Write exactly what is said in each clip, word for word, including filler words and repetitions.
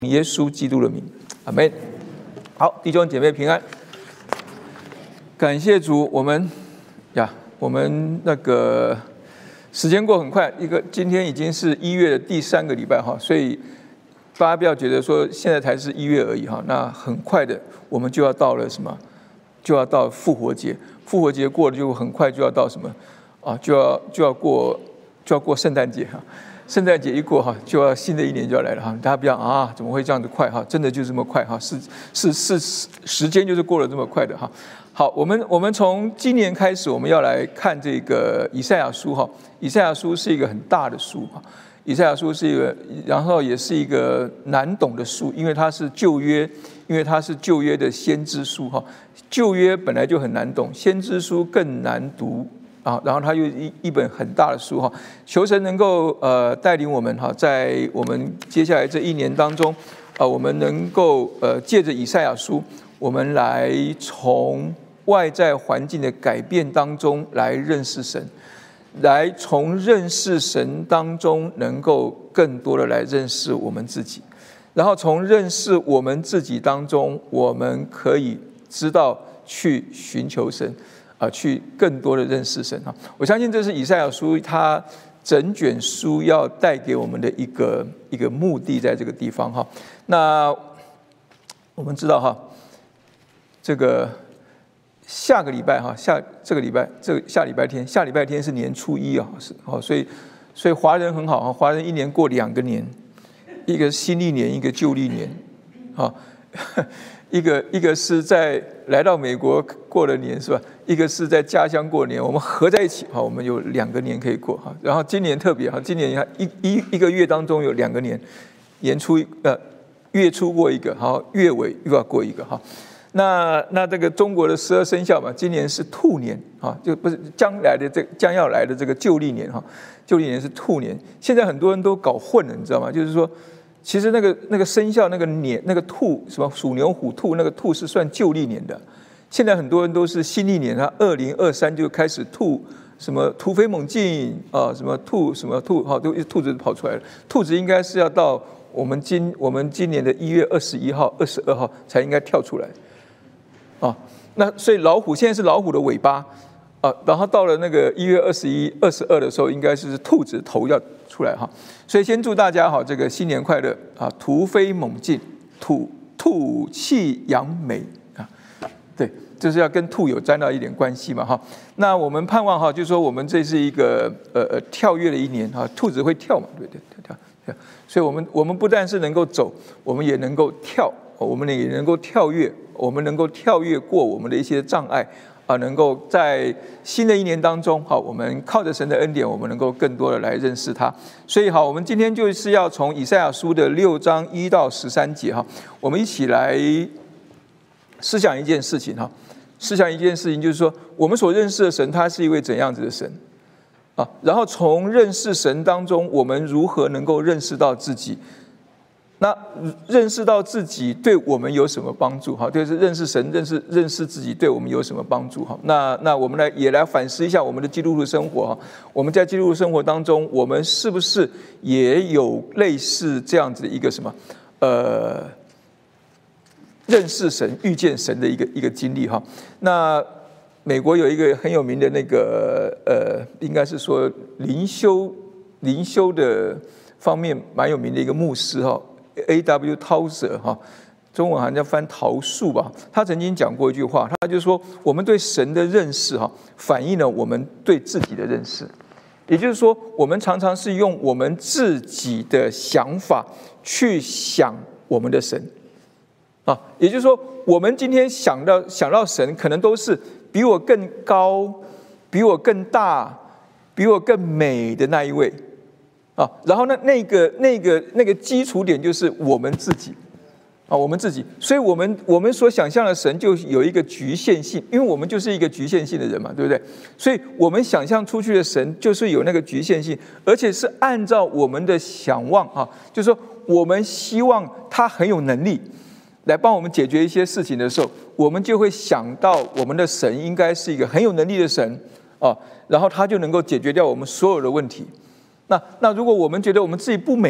耶稣基督的名，阿们。好，弟兄姐妹平安。感谢主，我们呀，我们那个时间过很快，一个今天已经是一月的第三个礼拜哈，所以大家不要觉得说现在才是一月而已哈，那很快的我们就要到了什么？就要到复活节，复活节过了就很快就要到什么啊？就要就要过就要过圣诞节哈。圣诞节一过哈，就要新的一年就要来了哈。大家不要啊，怎么会这样子快哈？真的就这么快哈？是是是，时间就是过了这么快的哈。好，我们我们从今年开始，我们要来看这个以赛亚书哈。以赛亚书是一个很大的书哈。以赛亚书是一个，然后也是一个难懂的书，因为它是旧约，因为它是旧约的先知书哈。旧约本来就很难懂，先知书更难读。啊，然后它又一一本很大的书哈，求神能够呃带领我们哈，在我们接下来这一年当中，啊，我们能够呃借着以赛亚书，我们来从外在环境的改变当中来认识神，来从认识神当中能够更多的来认识我们自己，然后从认识我们自己当中，我们可以知道去寻求神。啊，去更多的认识神哈，我相信这是以赛亚书它整卷书要带给我们的一个一个目的，在这个地方哈。那我们知道哈，这个下个礼拜哈，下这个礼拜这个下礼拜天，下礼拜天是年初一啊，是哦，所以所以华人很好啊，华人一年过两个年，一个新历年，一个旧历年，啊。一个一个是在来到美国过了年是吧？一个是在家乡过年，我们合在一起哈，我们有两个年可以过哈。然后今年特别哈，今年一一一个月当中有两个年，年初呃月初过一个，好月尾又要过一个哈。那那这个中国的十二生肖嘛，今年是兔年啊，就不是将来的这将要来的这个旧历年哈，旧历年是兔年。现在很多人都搞混了，你知道吗？就是说。其实那个那个生肖那个年那个兔什么鼠牛虎兔那个兔是算旧历年的，现在很多人都是新历年，他二零二三就开始兔什么突飞猛进啊，什么兔什么兔哈，都兔子跑出来了。兔子应该是要到我们今我们今年的一月二十一号、二十二号才应该跳出来啊。那所以老虎现在是老虎的尾巴啊，然后到了那个一月二十一、二十二的时候，应该是兔子头要出来哈。所以先祝大家哈，这个新年快乐啊！突飞猛进，吐吐气扬眉啊，对，就是要跟兔有沾到一点关系嘛哈。那我们盼望哈，就是说我们这是一个呃呃跳跃的一年哈，兔子会跳嘛，对对对跳跳，所以我们我们不但是能够走，我们也能够跳，我们也能够跳跃，我们能够跳跃过我们的一些障碍。啊，能够在新的一年当中，好，我们靠着神的恩典，我们能够更多的来认识他。所以，好，我们今天就是要从以赛亚书的六章一到十三节，哈，我们一起来思想一件事情，哈，思想一件事情，就是说，我们所认识的神，他是一位怎样子的神啊？然后从认识神当中，我们如何能够认识到自己？那认识到自己对我们有什么帮助？哈，就是认识神、认识认识自己对我们有什么帮助？哈，那那我们来也来反思一下我们的基督徒生活哈。我们在基督徒生活当中，我们是不是也有类似这样子的一个什么呃认识神、遇见神的一个一个经历？哈，那美国有一个很有名的那个呃，应该是说灵修灵修的方面蛮有名的一个牧师哈。A W 陶喆哈，中文好像叫翻桃树吧。他曾经讲过一句话，他就说：我们对神的认识哈，反映了我们对自己的认识。也就是说，我们常常是用我们自己的想法去想我们的神啊。也就是说，我们今天想到想到神，可能都是比我更高、比我更大、比我更美的那一位。啊，然后呢，那个、那个、那个基础点就是我们自己，啊，我们自己，所以我们我们所想象的神就有一个局限性，因为我们就是一个局限性的人嘛，对不对？所以我们想象出去的神就是有那个局限性，而且是按照我们的想望啊，就是说我们希望他很有能力来帮我们解决一些事情的时候，我们就会想到我们的神应该是一个很有能力的神啊，然后他就能够解决掉我们所有的问题。那那如果我们觉得我们自己不美，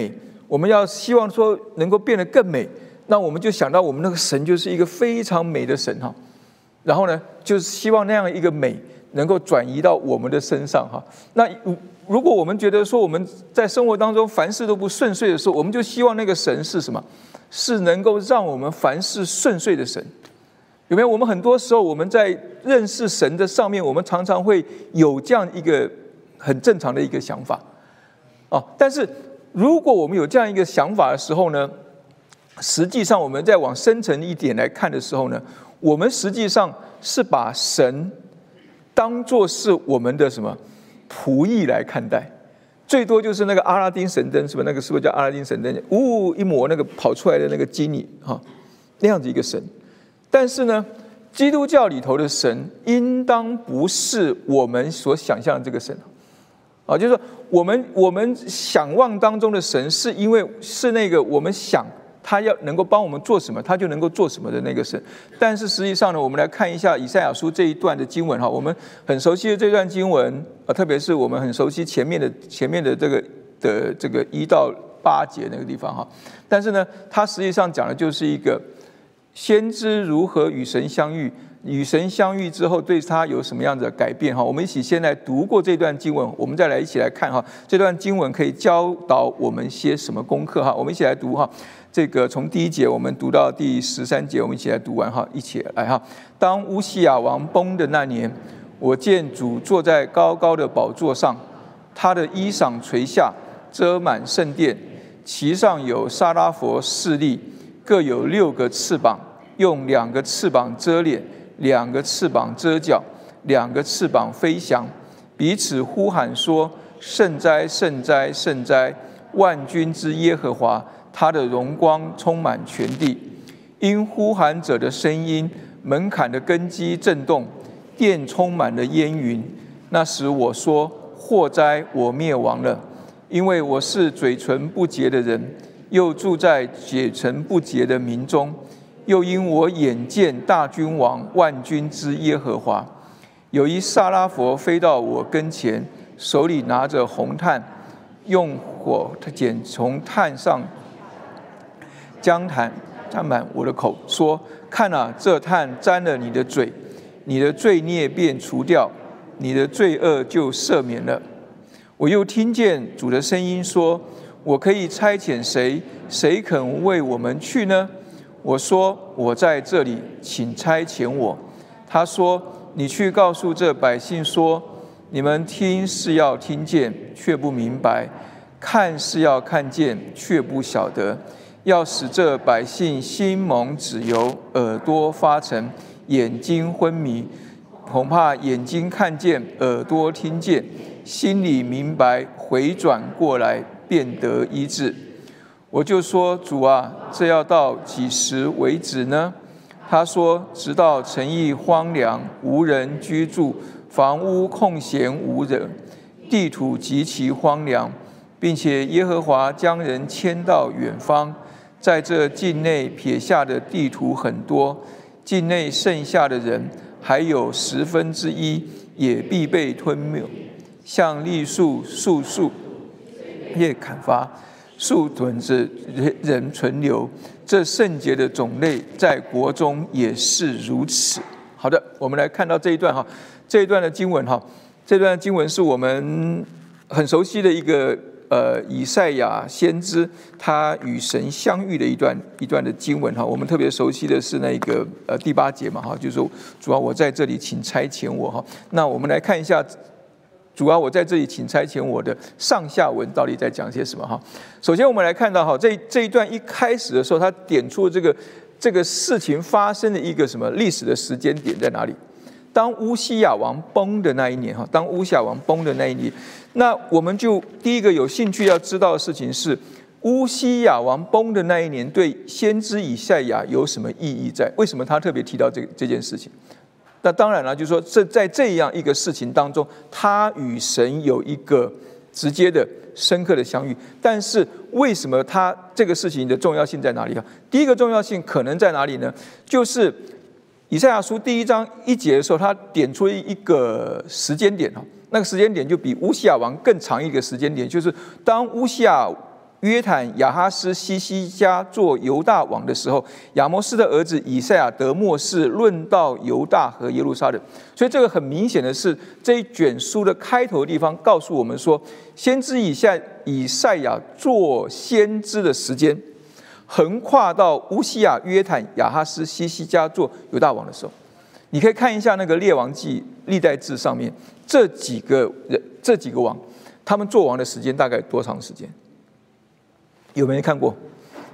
我们要希望说能够变得更美，那我们就想到我们那个神就是一个非常美的神哈。然后呢，就是希望那样一个美能够转移到我们的身上哈。那如果我们觉得说我们在生活当中凡事都不顺遂的时候，我们就希望那个神是什么？是能够让我们凡事顺遂的神。有没有？我们很多时候我们在认识神的上面，我们常常会有这样一个很正常的一个想法哦。但是如果我们有这样一个想法的时候呢，实际上我们再往深层一点来看的时候呢，我们实际上是把神当作是我们的什么仆役来看待，最多就是那个阿拉丁神灯，是不是？那个是不是叫阿拉丁神灯？呜一抹那个跑出来的那个基尼哈，那样子一个神。但是呢，基督教里头的神应当不是我们所想象的这个神啊，就是说我们我们想望当中的神，是因为是那个我们想。他要能够帮我们做什么，他就能够做什么的那个神。但是实际上呢，我们来看一下以赛亚书这一段的经文哈，我们很熟悉的这段经文啊，特别是我们很熟悉前面的前面的这个的这个一到八节那个地方哈。但是呢，它实际上讲的就是一个先知如何与神相遇，与神相遇之后对他有什么样的改变哈。我们一起先来读过这段经文，我们再来一起来看哈，这段经文可以教导我们些什么功课哈。我们一起来读哈。这个从第一节我们读到第十三节，我们一起来读完哈，一起来哈。当乌西雅王崩的那年，我见主坐在高高的宝座上，他的衣裳垂下，遮满圣殿，其上有撒拉佛侍立，各有六个翅膀，用两个翅膀遮脸，两个翅膀遮脚，两个翅膀飞翔，彼此呼喊说：圣哉，圣哉，圣哉！万军之耶和华。他的荣光充满全地，因呼喊者的声音，门槛的根基震动，殿充满了烟云。那时我说：祸哉，我灭亡了，因为我是嘴唇不洁的人，又住在嘴唇不洁的民中，又因我眼见大君王万军之耶和华。有一撒拉佛飞到我跟前，手里拿着红炭，用火剪从炭上将炭沾满我的口，说：看啊，这炭沾了你的嘴，你的罪孽便除掉，你的罪恶就赦免了。我又听见主的声音说：我可以差遣谁？谁肯为我们去呢？我说：我在这里，请差遣我。他说：你去告诉这百姓说，你们听是要听见，却不明白；看是要看见，却不晓得。要使这百姓心蒙脂油，耳朵发沉，眼睛昏迷，恐怕眼睛看见，耳朵听见，心里明白，回转过来，便得医治。我就说：主啊，这要到几时为止呢？他说：直到城邑荒凉，无人居住，房屋空闲无人，地土极其荒凉，并且耶和华将人迁到远方。在这境内撇下的地图很多，境内剩下的人还有十分之一，也必被吞没。像栗树树树叶砍伐，树屯子人存留。这圣洁的种类在国中也是如此。好的，我们来看到这一段哈，这一段的经文哈，这段经文是我们很熟悉的一个。呃，以赛亚先知他与神相遇的一段一段的经文哈，我们特别熟悉的是那个呃第八节嘛哈，就是说主啊，我在这里，请差遣我哈。那我们来看一下，主啊，我在这里，请差遣我的上下文到底在讲些什么哈。首先我们来看到哈，这这一段一开始的时候，他点出这个这个事情发生的一个什么历史的时间点在哪里？当乌西雅王崩的那一年哈，当乌西雅王崩的那一年，那我们就第一个有兴趣要知道的事情是，乌西雅王崩的那一年对先知以赛亚有什么意义在？为什么他特别提到这这件事情？那当然了，就是说这在这样一个事情当中，他与神有一个直接的、深刻的相遇。但是为什么他这个事情的重要性在哪里啊？第一个重要性可能在哪里呢？就是以赛亚书第一章一节的时候，他点出一个时间点，那个时间点就比乌西雅王更长一个时间点，就是当乌西雅约坦、亚哈斯、西西家做犹大王的时候，亚摩斯的儿子以赛亚得末世，论到犹大和耶路撒冷。所以这个很明显的是，这一卷书的开头的地方告诉我们说，先知以赛以赛亚做先知的时间，横跨到乌西雅、约坦、亚哈斯、西西家做犹大王的时候。你可以看一下那个列王记、历代志上面这几个人、这几个王，他们做王的时间大概多长时间？有没有看过？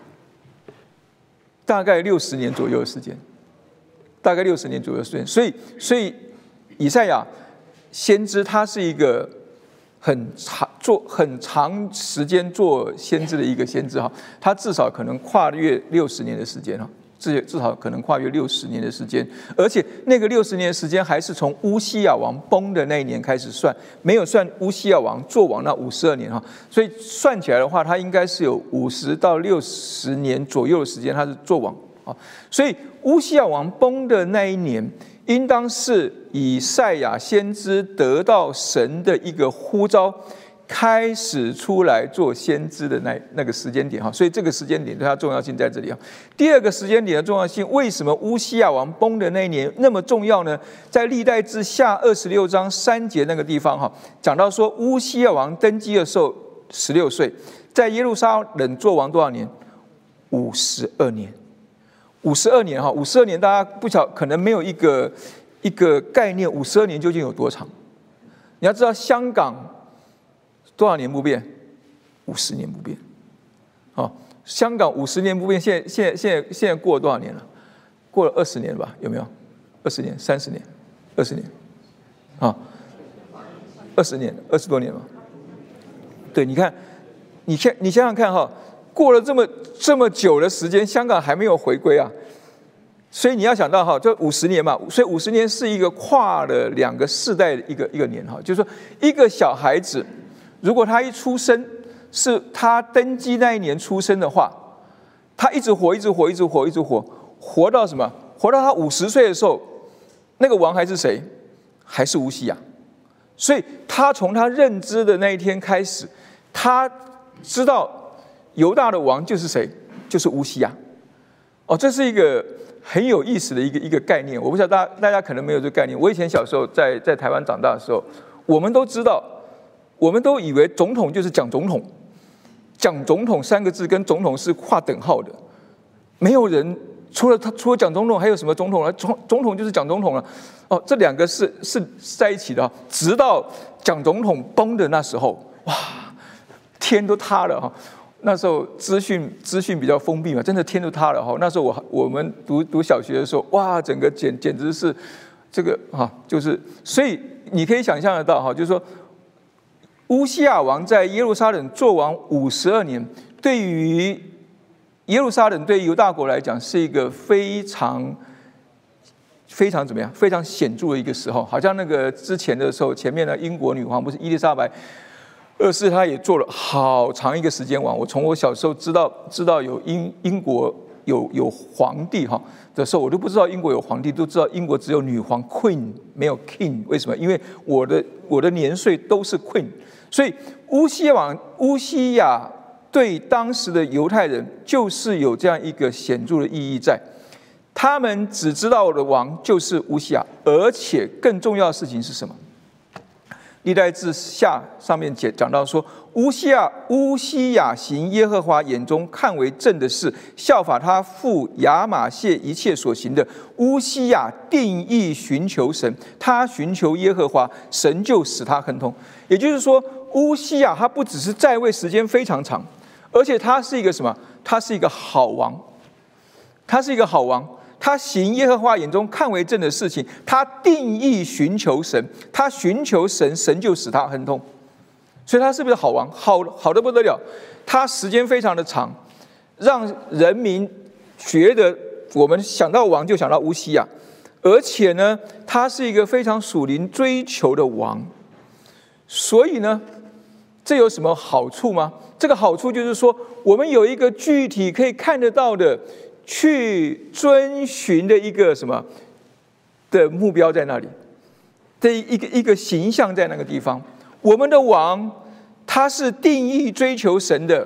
大概六十年左右的时间，大概六十年左右的时间。所以，所以以赛亚先知他是一个很长做很长时间做先知的一个先知哈，他至少可能跨越六十年的时间哈。至至少可能跨越六十年的时间，而且那个六十年的时间还是从乌西雅王崩的那一年开始算，没有算乌西雅王做王那五十二年哈，所以算起来的话，他应该是有五十到六十年左右的时间他是做王啊。所以乌西雅王崩的那一年，应当是以赛亚先知得到神的一个呼召，开始出来做先知的那那个时间点哈，所以这个时间点对他重要性在这里啊。第二个时间点的重要性，为什么乌西雅王崩的那一年那么重要呢？在历代志下二十六章三节那个地方哈，讲到说乌西雅王登基的时候十六岁，在耶路撒冷做王多少年？五十二年，五十二年哈，五十二年大家不晓可能没有一个一个概念，五十二年究竟有多长？你要知道香港多少年不变？五十年不变。哦，香港五十年不变，现在现在现在现在过了多少年了？过了二十年了吧？有没有？二十年、三十年、二十年？啊、哦，二十年，二十多年了。对，你看，你想你想想看哈，过了这么这么久的时间，香港还没有回归啊。所以你要想到哈，这五十年嘛，所以五十年是一个跨了两个世代的一个一个年哈，就是说一个小孩子。如果他一出生是他登基那一年出生的话，他一直活，一直活，一直活，一直活，活到什么？活到他五十岁的时候，那个王还是谁？还是乌西雅。所以他从他认知的那一天开始，他知道犹大的王就是谁？就是乌西雅。哦，这是一个很有意思的一个一个概念。我不知道大家大家可能没有这个概念。我以前小时候在在台湾长大的时候，我们都知道。我们都以为总统就是蒋总统，蒋总统三个字跟总统是划等号的，没有人除了他除了蒋总统还有什么总统了？总总统就是蒋总统了。哦，这两个是是在一起的。直到蒋总统崩的那时候，哇，天都塌了哈！那时候资讯资讯比较封闭嘛，真的天都塌了哈。那时候我我们读读小学的时候，哇，整个简简直是这个哈，就是所以你可以想象得到哈，就是说。乌西雅王在耶路撒冷做王五十二年，对于耶路撒冷对于犹大国来讲是一个非常非常怎么样？非常显著的一个时候。好像那个之前的时候，前面的英国女皇不是伊丽莎白二世，她也做了好长一个时间王。我从我小时候知道知道有英英国有有皇帝哈的时候，我都不知道英国有皇帝，都知道英国只有女皇 Queen 没有 King。为什么？因为我的我的年岁都是 Queen。所以乌西雅乌西雅对当时的犹太人就是有这样一个显著的意义在，他们只知道的王就是乌西雅，而且更重要的事情是什么？历代志下上面讲到说，乌西雅乌西雅行耶和华眼中看为正的事，效法他父亚玛谢一切所行的。乌西雅定义寻求神，他寻求耶和华，神就使他亨通。也就是说，乌西雅他不只是在位时间非常长，而且他是一个什么？他是一个好王，他是一个好王。他行耶和华眼中看为正的事情，他定义寻求神，他寻求神，神就使他亨通。所以他是不是好王？好好的不得了。他时间非常的长，让人民觉得我们想到王就想到乌西雅，而且呢，他是一个非常属灵追求的王。所以呢，这有什么好处吗？这个好处就是说，我们有一个具体可以看得到的去遵循的一个什么的目标在那里，的一个一个形象在那个地方。我们的王他是定义追求神的，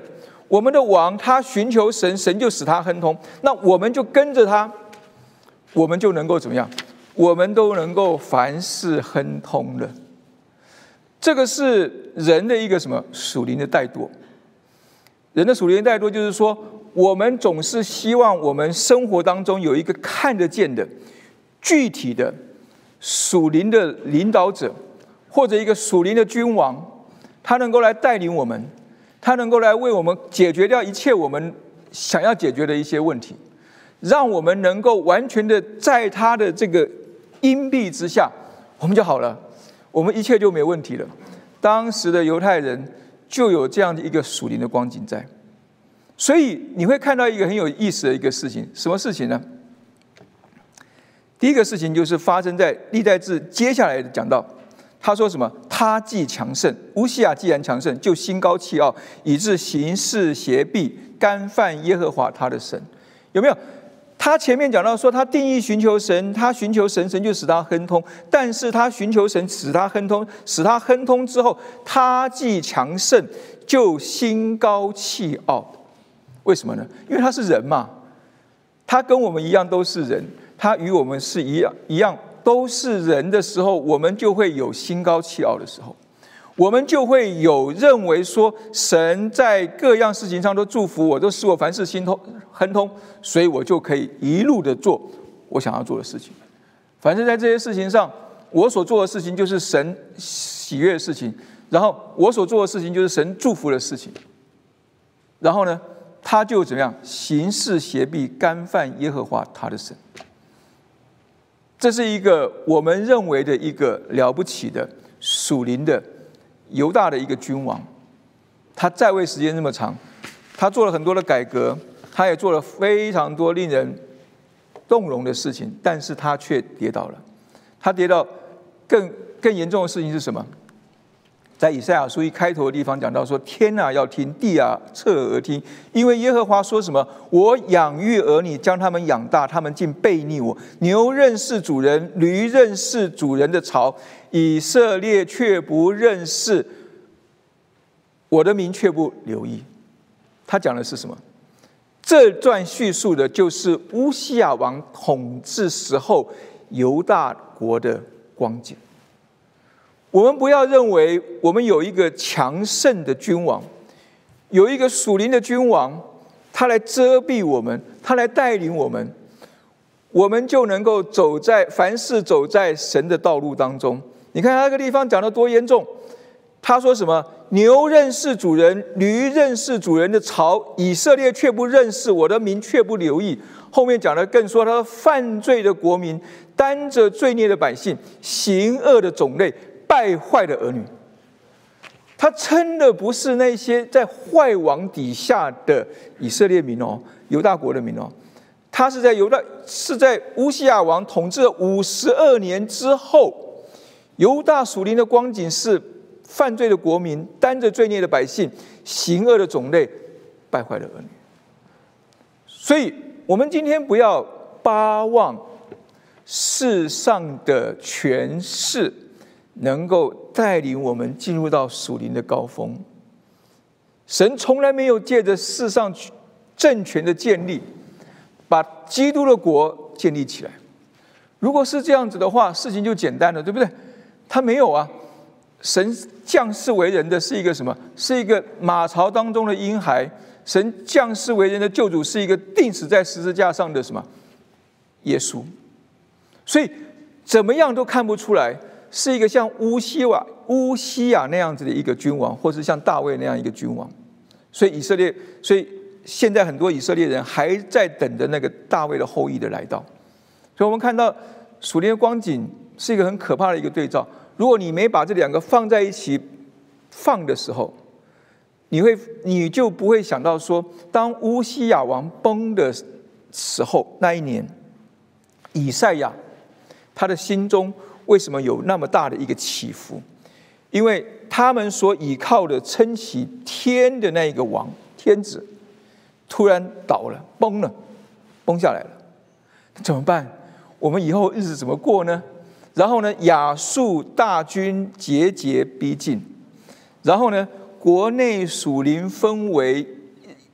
我们的王他寻求神，神就使他亨通，那我们就跟着他，我们就能够怎么样？我们都能够凡事亨通了。这个是人的一个什么属灵的怠惰？人的属灵的怠惰就是说，我们总是希望我们生活当中有一个看得见的、具体的属灵的领导者，或者一个属灵的君王，他能够来带领我们，他能够来为我们解决掉一切我们想要解决的一些问题，让我们能够完全的在他的这个荫庇之下，我们就好了，我们一切就没有问题了。当时的犹太人就有这样的一个属灵的光景在，所以你会看到一个很有意思的一个事情，什么事情呢？第一个事情就是发生在历代志接下来讲到，他说什么？他既强盛，乌西雅既然强盛，就心高气傲，以致行事邪僻，干犯耶和华他的神。有没有？他前面讲到说，他定义寻求神，他寻求神，神就使他亨通。但是他寻求神，使他亨通，使他亨通之后，他既强盛，就心高气傲。为什么呢？因为他是人嘛，他跟我们一样都是人，他与我们是一样一样都是人的时候，我们就会有心高气傲的时候。我们就会有认为说，神在各样事情上都祝福我，都使我凡事心通亨通，所以我就可以一路的做我想要做的事情。反正在这些事情上，我所做的事情就是神喜悦的事情，然后我所做的事情就是神祝福的事情。然后呢，他就怎么样？行事邪僻，干犯耶和华他的神。这是一个我们认为的一个了不起的属灵的犹大的一个君王，他在位时间这么长，他做了很多的改革，他也做了非常多令人动容的事情，但是他却跌倒了。他跌倒更更严重的事情是什么？在以赛亚书一开头的地方讲到说，天啊要听，地啊侧耳而听，因为耶和华说什么？我养育儿女，将他们养大，他们竟背逆我。牛认识主人，驴认识主人的槽，以色列却不认识，我的名却不留意。他讲的是什么？这段叙述的就是乌西雅王统治时候犹大国的光景。我们不要认为我们有一个强盛的君王，有一个属灵的君王，他来遮蔽我们，他来带领我们，我们就能够走在凡事走在神的道路当中。你看他那个地方讲得多严重，他说什么？牛认识主人，驴认识主人的槽，以色列却不认识，我的名却不留意。后面讲的更说，他说犯罪的国民，担着罪孽的百姓，行恶的种类，败坏的儿女。他称的不是那些在坏王底下的以色列民哦，犹大国的民哦，他是在犹大，是在乌西雅王统治了五十二年之后，犹大属灵的光景是犯罪的国民，担着罪孽的百姓，行恶的种类，败坏的儿女。所以我们今天不要巴望世上的权势能够带领我们进入到属灵的高峰。神从来没有借着世上政权的建立，把基督的国建立起来。如果是这样子的话，事情就简单了，对不对？他没有啊。神降世为人的是一个什么？是一个马槽当中的婴孩。神降世为人的救主是一个钉死在十字架上的什么？耶稣。所以怎么样都看不出来是一个像乌西瓦、乌西雅那样子的一个君王，或是像大卫那样一个君王。所以以色列，所以现在很多以色列人还在等着那个大卫的后裔的来到。所以我们看到属灵的光景是一个很可怕的一个对照。如果你没把这两个放在一起放的时候，你会你就不会想到说，当乌西雅王崩的时候，那一年，以赛亚他的心中为什么有那么大的一个起伏？因为他们所倚靠的撑起天的那一个王天子，突然倒了，崩了，崩下来了，怎么办？我们以后日子怎么过呢？然后呢，亚述大军节节逼近，然后呢，国内属灵氛围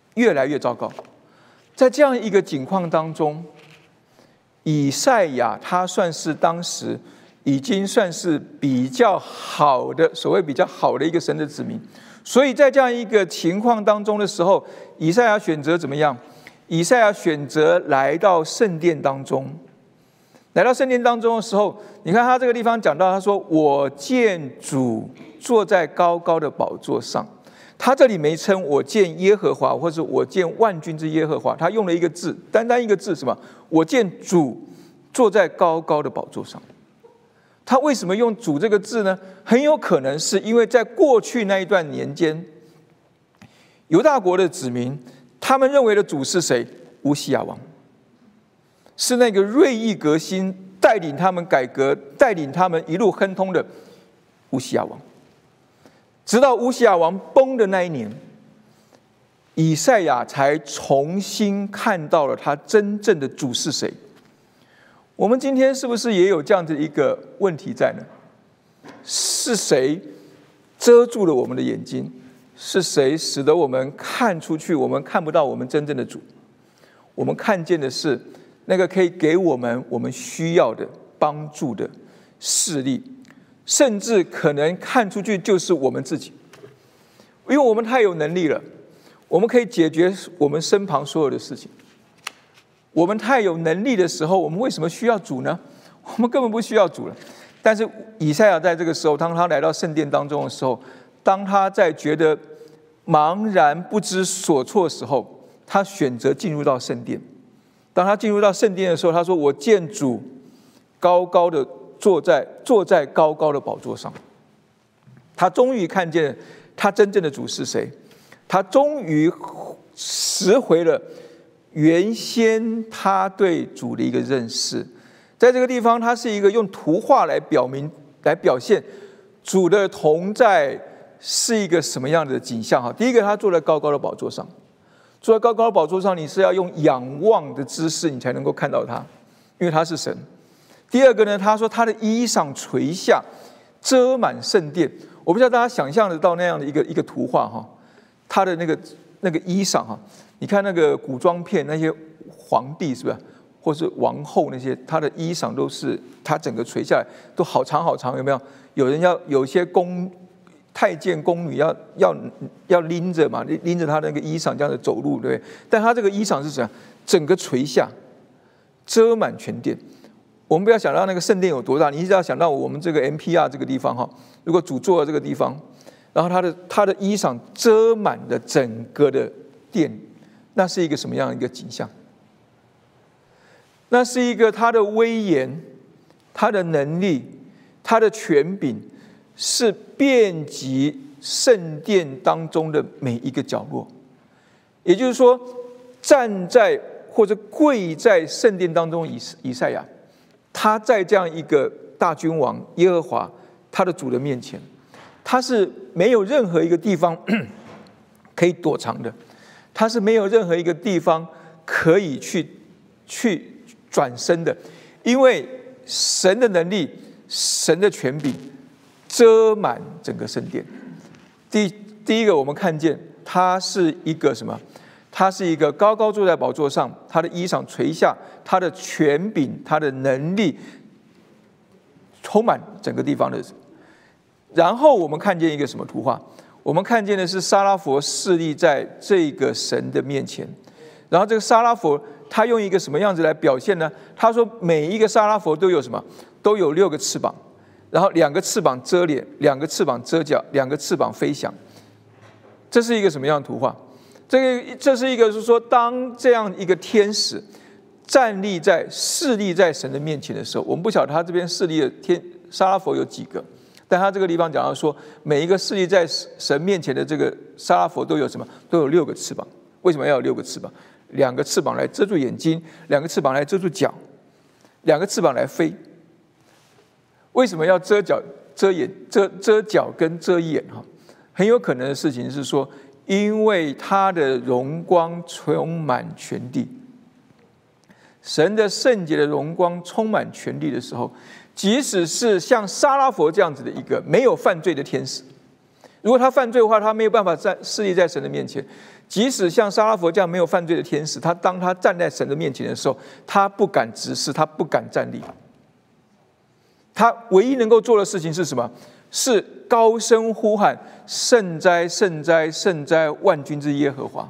越来越糟糕。在这样一个境况当中，以赛亚他算是当时已经算是比较好的，所谓比较好的一个神的子民。所以在这样一个情况当中的时候，以赛亚选择怎么样？以赛亚选择来到圣殿当中。来到圣殿当中的时候，你看他这个地方讲到，他说：“我见主坐在高高的宝座上。”他这里没称我见耶和华，或者我见万军之耶和华，他用了一个字，单单一个字，什么？我见主坐在高高的宝座上。他为什么用主这个字呢？很有可能是因为在过去那一段年间，犹大国的子民，他们认为的主是谁？乌西雅王，是那个锐意革新、带领他们改革、带领他们一路亨通的乌西雅王。直到乌西雅王崩的那一年，以赛亚才重新看到了他真正的主是谁。我们今天是不是也有这样的一个问题在呢？是谁遮住了我们的眼睛？是谁使得我们看出去，我们看不到我们真正的主？我们看见的是那个可以给我们我们需要的帮助的势力，甚至可能看出去就是我们自己，因为我们太有能力了，我们可以解决我们身旁所有的事情。我们太有能力的时候，我们为什么需要主呢？我们根本不需要主了。但是以赛亚在这个时候，当他来到圣殿当中的时候，当他在觉得茫然不知所措的时候，他选择进入到圣殿。当他进入到圣殿的时候，他说：“我见主高高的坐在坐在高高的宝座上。”他终于看见他真正的主是谁，他终于拾回了原先他对主的一个认识。在这个地方，他是一个用图画来表明、来表现主的同在是一个什么样的景象。哈，第一个，他坐在高高的宝座上，坐在高高的宝座上，你是要用仰望的姿势，你才能够看到他，因为他是神。第二个呢，他说他的衣裳垂下，遮满圣殿。我不知道大家想象得到那样的一个一个图画哈，他的那个那个衣裳哈。你看那个古装片，那些皇帝是不是，或是王后那些，他的衣裳都是他整个垂下来，都好长好长，有没有？有人要有些宫太监宫女要要要拎着嘛，拎着他那个衣裳这样子走路，对不对？但他这个衣裳是怎样？整个垂下，遮满全殿。我们不要想到那个圣殿有多大，你只要想到我们这个 M P R 这个地方哈，如果主坐在这个地方，然后他的他的衣裳遮满了整个的殿。那是一个什么样的一个景象？那是一个他的威严、他的能力、他的权柄，是遍及圣殿当中的每一个角落。也就是说，站在或者跪在圣殿当中，以以赛亚，他在这样一个大君王耶和华他的主的面前，他是没有任何一个地方可以躲藏的。他是没有任何一个地方可以去去转身的，因为神的能力、神的权柄遮满整个圣殿。第第一个，我们看见他是一个什么？他是一个高高坐在宝座上，他的衣裳垂下，他的权柄、他的能力充满整个地方的。然后我们看见一个什么图画？我们看见的是撒拉佛侍立在这个神的面前，然后这个撒拉佛他用一个什么样子来表现呢？他说每一个撒拉佛都有什么？都有六个翅膀，然后两个翅膀遮脸，两个翅膀遮脚，两个翅膀飞翔。这是一个什么样的图画？这个这是一个是说，当这样一个天使站立在侍立在神的面前的时候，我们不晓得他这边侍立的天撒拉佛有几个。但他这个地方讲到说，每一个侍立在神面前的这个撒拉佛都有什么？都有六个翅膀。为什么要有六个翅膀？两个翅膀来遮住眼睛，两个翅膀来遮住脚，两个翅膀来飞。为什么要遮脚、遮眼、遮遮脚跟遮眼？哈，很有可能的事情是说，因为他的荣光充满全地。神的圣洁的荣光充满全地的时候，即使是像撒拉佛这样子的一个没有犯罪的天使， 如果他犯罪的话，他没有办法站侍立在神的面前。即使像沙拉佛这样没有犯罪的天使，他当他站在神的面前的时候，他不敢直视，他不敢站立。他唯一能够做的事情是什么？是高声呼喊：圣哉，圣哉，圣哉！万军之耶和华。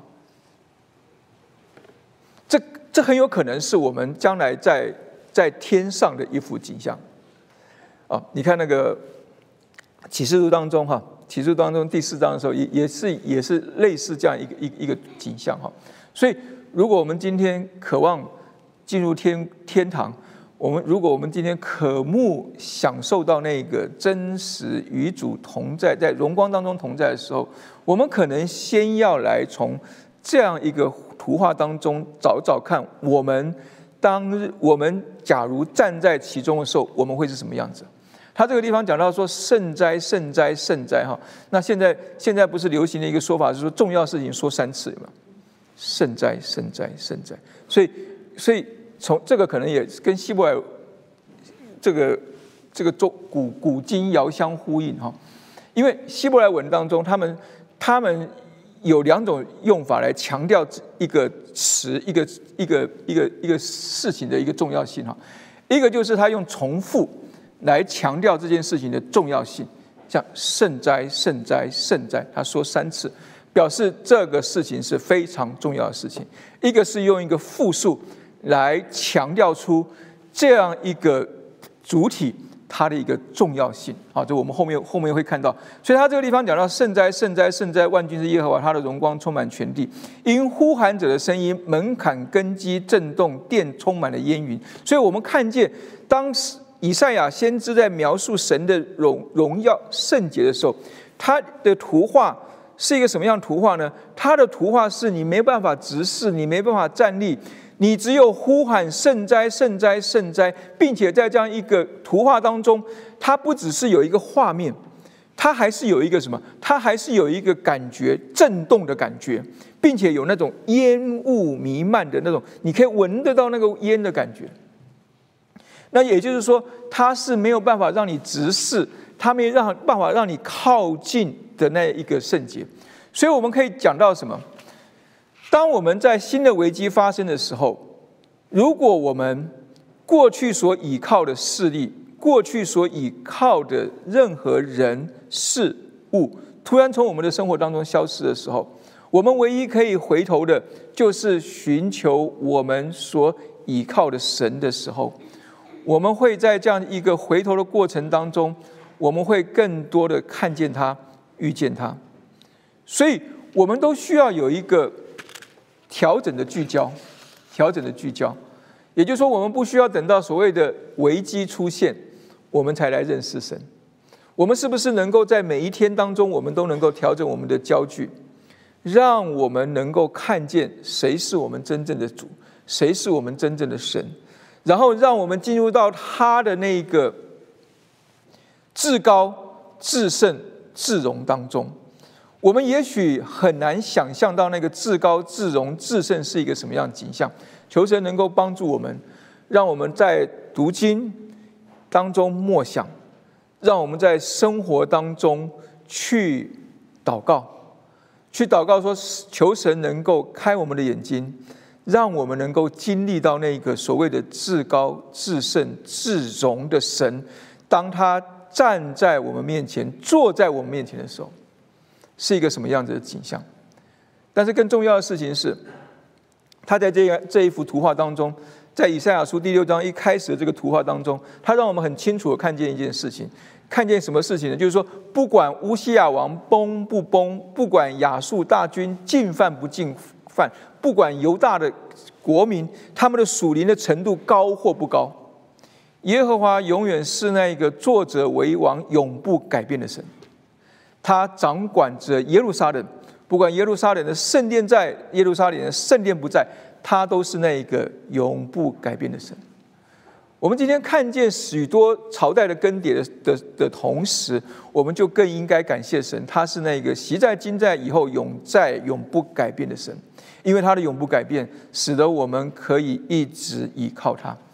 这这很有可能是我们将来在在天上的一幅景象。啊，你看那个启示录当中哈，启示录当中第四章的时候，也也是也是类似这样一个一一个景象哈。所以，如果我们今天渴望进入天天堂，我们如果我们今天渴慕享受到那个真实与主同在，在荣光当中同在的时候，我们可能先要来从这样一个图画当中找找看，我们当日我们假如站在其中的时候，我们会是什么样子？他这个地方讲到说圣哉，圣哉，圣哉哈。那现在现在不是流行的一个说法是说重要事情说三次嘛？圣哉，圣哉，圣哉。所以所以。从这个可能也跟希伯来这个这个古古今遥相呼应哈，因为希伯来文当中，他们他们有两种用法来强调一个词、一个一个一个一个事情的一个重要性哈。一个就是他用重复来强调这件事情的重要性，像圣哉、圣哉、圣哉，他说三次，表示这个事情是非常重要的事情。一个是用一个复数来强调出这样一个主体它的一个重要性，好，这我们后面后面会看到。所以他这个地方讲到圣哉，圣哉，圣哉，万军之耶和华，他的荣光充满全地。因呼喊者的声音，门槛根基震动，殿充满了烟云。所以我们看见，当以赛亚先知在描述神的荣荣耀圣洁的时候，他的图画是一个什么样的图画呢？他的图画是你没办法直视，你没办法站立。你只有呼喊圣哉，圣哉，圣哉，并且在这样一个图画当中，它不只是有一个画面，它还是有一个什么？它还是有一个感觉，震动的感觉，并且有那种烟雾弥漫的那种，你可以闻得到那个烟的感觉。那也就是说，它是没有办法让你直视，它没有让办法让你靠近的那一个圣洁。所以我们可以讲到什么？当我们在新的危机发生的时候，如果我们过去所倚靠的势力，过去所倚靠的任何人事物，突然从我们的生活当中消失的时候，我们唯一可以回头的，就是寻求我们所倚靠的神的时候，我们会在这样一个回头的过程当中，我们会更多的看见他，遇见他。所以我们都需要有一个调整的聚焦，调整的聚焦，也就是说，我们不需要等到所谓的危机出现，我们才来认识神。我们是不是能够在每一天当中，我们都能够调整我们的焦距，让我们能够看见谁是我们真正的主，谁是我们真正的神，然后让我们进入到他的那个至高、至圣、至荣当中。我们也许很难想象到那个至高、至荣、至圣是一个什么样的景象。求神能够帮助我们，让我们在读经当中默想，让我们在生活当中去祷告，去祷告说，求神能够开我们的眼睛，让我们能够经历到那个所谓的至高、至圣、至荣的神，当他站在我们面前、坐在我们面前的时候，是一个什么样子的景象。但是更重要的事情是，他在这个这一幅图画当中，在以赛亚书第六章一开始的这个图画当中，他让我们很清楚的看见一件事情。看见什么事情呢？就是说，不管乌西亚王崩不崩，不管亚述大军进犯不进犯，不管犹大的国民他们的属灵的程度高或不高，耶和华永远是那个作者为王、永不改变的神。他掌管着耶路撒冷，不管耶路撒冷的圣殿在，耶路撒冷的圣殿不在，他都是那个永不改变的神。我们今天看见许多朝代的更迭 的, 的, 的同时，我们就更应该感谢神，他是那个昔在、今在、以后永在、永不改变的神。因为他的永不改变，使得我们可以一直依靠他。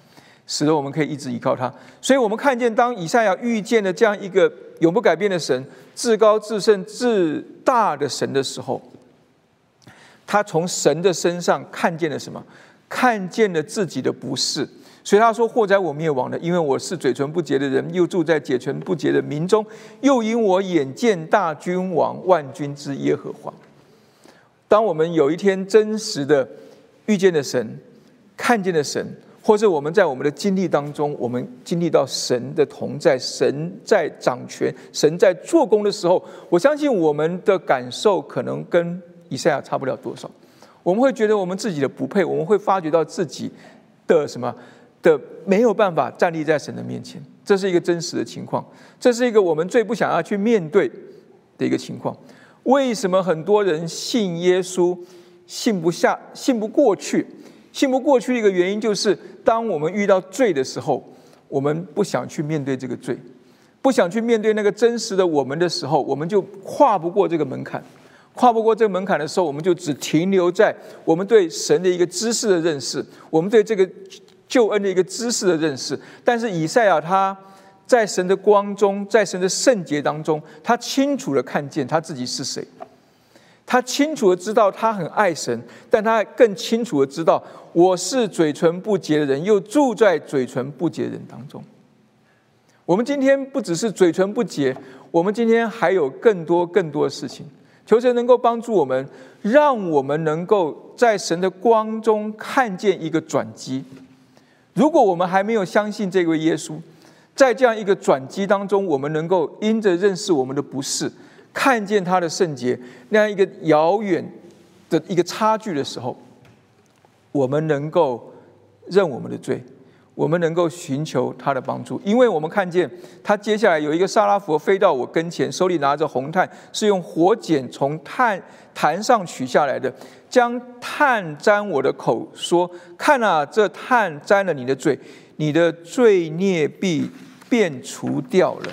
使得我们可以一直依靠他。所以我们看见，当以赛亚遇见了这样一个永不改变的神，至高至圣至大的神的时候，他从神的身上看见了什么？看见了自己的不是。所以他说：祸哉我灭亡了，因为我是嘴唇不洁的人，又住在嘴唇不洁的民中，又因我眼见大君王万军之耶和华。当我们有一天真实的遇见了神，看见了神，或者我们在我们的经历当中，我们经历到神的同在，神在掌权，神在做工的时候，我相信我们的感受可能跟以赛亚差不了多少。我们会觉得我们自己的不配，我们会发觉到自己的什么的没有办法站立在神的面前，这是一个真实的情况，这是一个我们最不想要去面对的一个情况。为什么很多人信耶稣信不下、信不过去？信不过去的一个原因就是，当我们遇到罪的时候，我们不想去面对这个罪，不想去面对那个真实的我们的时候，我们就跨不过这个门槛。跨不过这个门槛的时候，我们就只停留在我们对神的一个知识的认识，我们对这个救恩的一个知识的认识。但是以赛亚他在神的光中，在神的圣洁当中，他清楚地看见他自己是谁，他清楚地知道他很爱神，但他更清楚地知道我是嘴唇不洁的人，又住在嘴唇不洁的人当中。我们今天不只是嘴唇不洁，我们今天还有更多更多的事情。求神能够帮助我们，让我们能够在神的光中看见一个转机。如果我们还没有相信这位耶稣，在这样一个转机当中，我们能够因着认识我们的不是，看见他的圣洁，那样一个遥远的一个差距的时候，我们能够认我们的罪，我们能够寻求他的帮助。因为我们看见他接下来有一个撒拉弗飞到我跟前，手里拿着红炭，是用火剪从炭坛上取下来的，将炭沾我的口，说：看啊，这炭沾了你的罪，你的罪孽必便除掉了。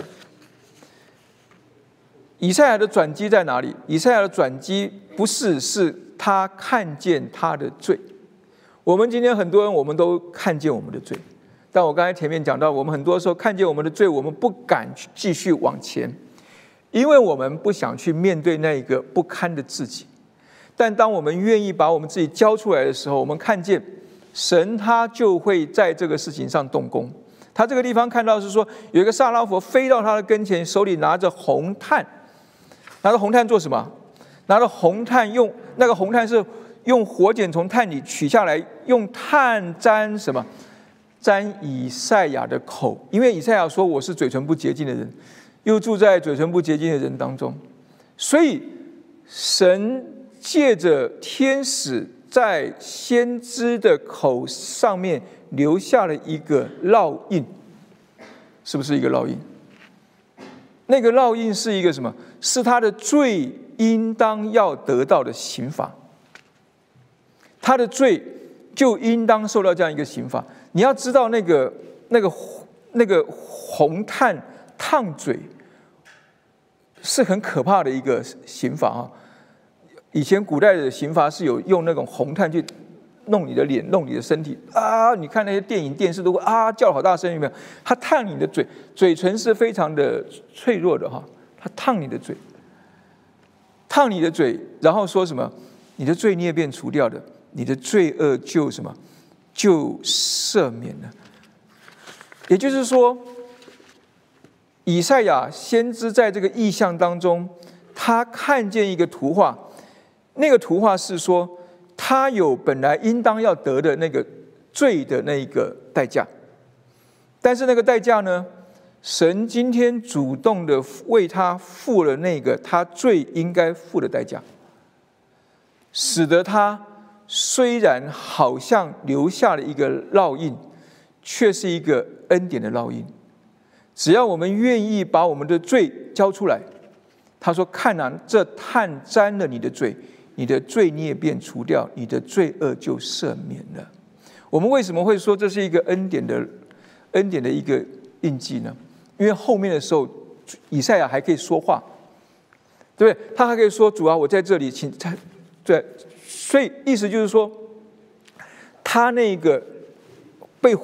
以赛亚的转机在哪里？以赛亚的转机不是是他看见他的罪。我们今天很多人，我们都看见我们的罪，但我刚才前面讲到，我们很多时候看见我们的罪，我们不敢继续往前，因为我们不想去面对那个不堪的自己。但当我们愿意把我们自己交出来的时候，我们看见神他就会在这个事情上动工。他这个地方看到是说，有一个撒拉弗飞到他的跟前，手里拿着红炭。拿着红炭做什么？拿着红炭用那个红炭是用火剪从炭里取下来，用炭沾什么？沾以赛亚的口，因为以赛亚说我是嘴唇不洁净的人，又住在嘴唇不洁净的人当中，所以神借着天使在先知的口上面留下了一个烙印，是不是一个烙印？那个烙印是一个什么？是他的罪应当要得到的刑罚，他的罪就应当受到这样一个刑罚。你要知道，那个那个那个红炭烫嘴是很可怕的一个刑罚啊！以前古代的刑罚是有用那种红炭去弄你的脸、弄你的身体啊！你看那些电影、电视都会啊叫好大声，有没有？他烫你的嘴，嘴唇是非常的脆弱的哈，他烫你的嘴，烫你的嘴，然后说什么？你的罪孽便除掉的，你的罪恶就什么？就赦免了。也就是说，以赛亚先知在这个异象当中，他看见一个图画，那个图画是说，他有本来应当要得的那个罪的那个代价，但是那个代价呢，神今天主动的为他付了那个他最应该付的代价，使得他虽然好像留下了一个烙印，却是一个恩典的烙印。只要我们愿意把我们的罪交出来，他说：看啊，这炭沾了你的罪，你的罪孽便除掉，你的罪恶就赦免了。我们为什么会说这是一个恩典的恩典的一个印记呢？因为后面的时候，以赛亚还可以说话，对不对？他还可以说：主啊，我在这里，请对。所以意思就是说，他那个被火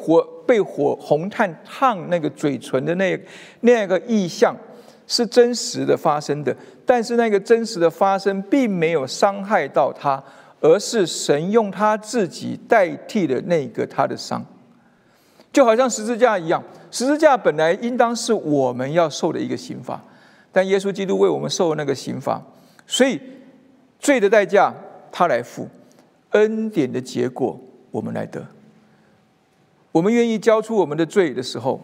被火红炭烫那个嘴唇的那那个意象是真实的发生的，但是那个真实的发生并没有伤害到他，而是神用他自己代替了那个他的伤。就好像十字架一样，十字架本来应当是我们要受的一个刑罚，但耶稣基督为我们受了那个刑罚，所以罪的代价他来付，恩典的结果我们来得。我们愿意交出我们的罪的时候，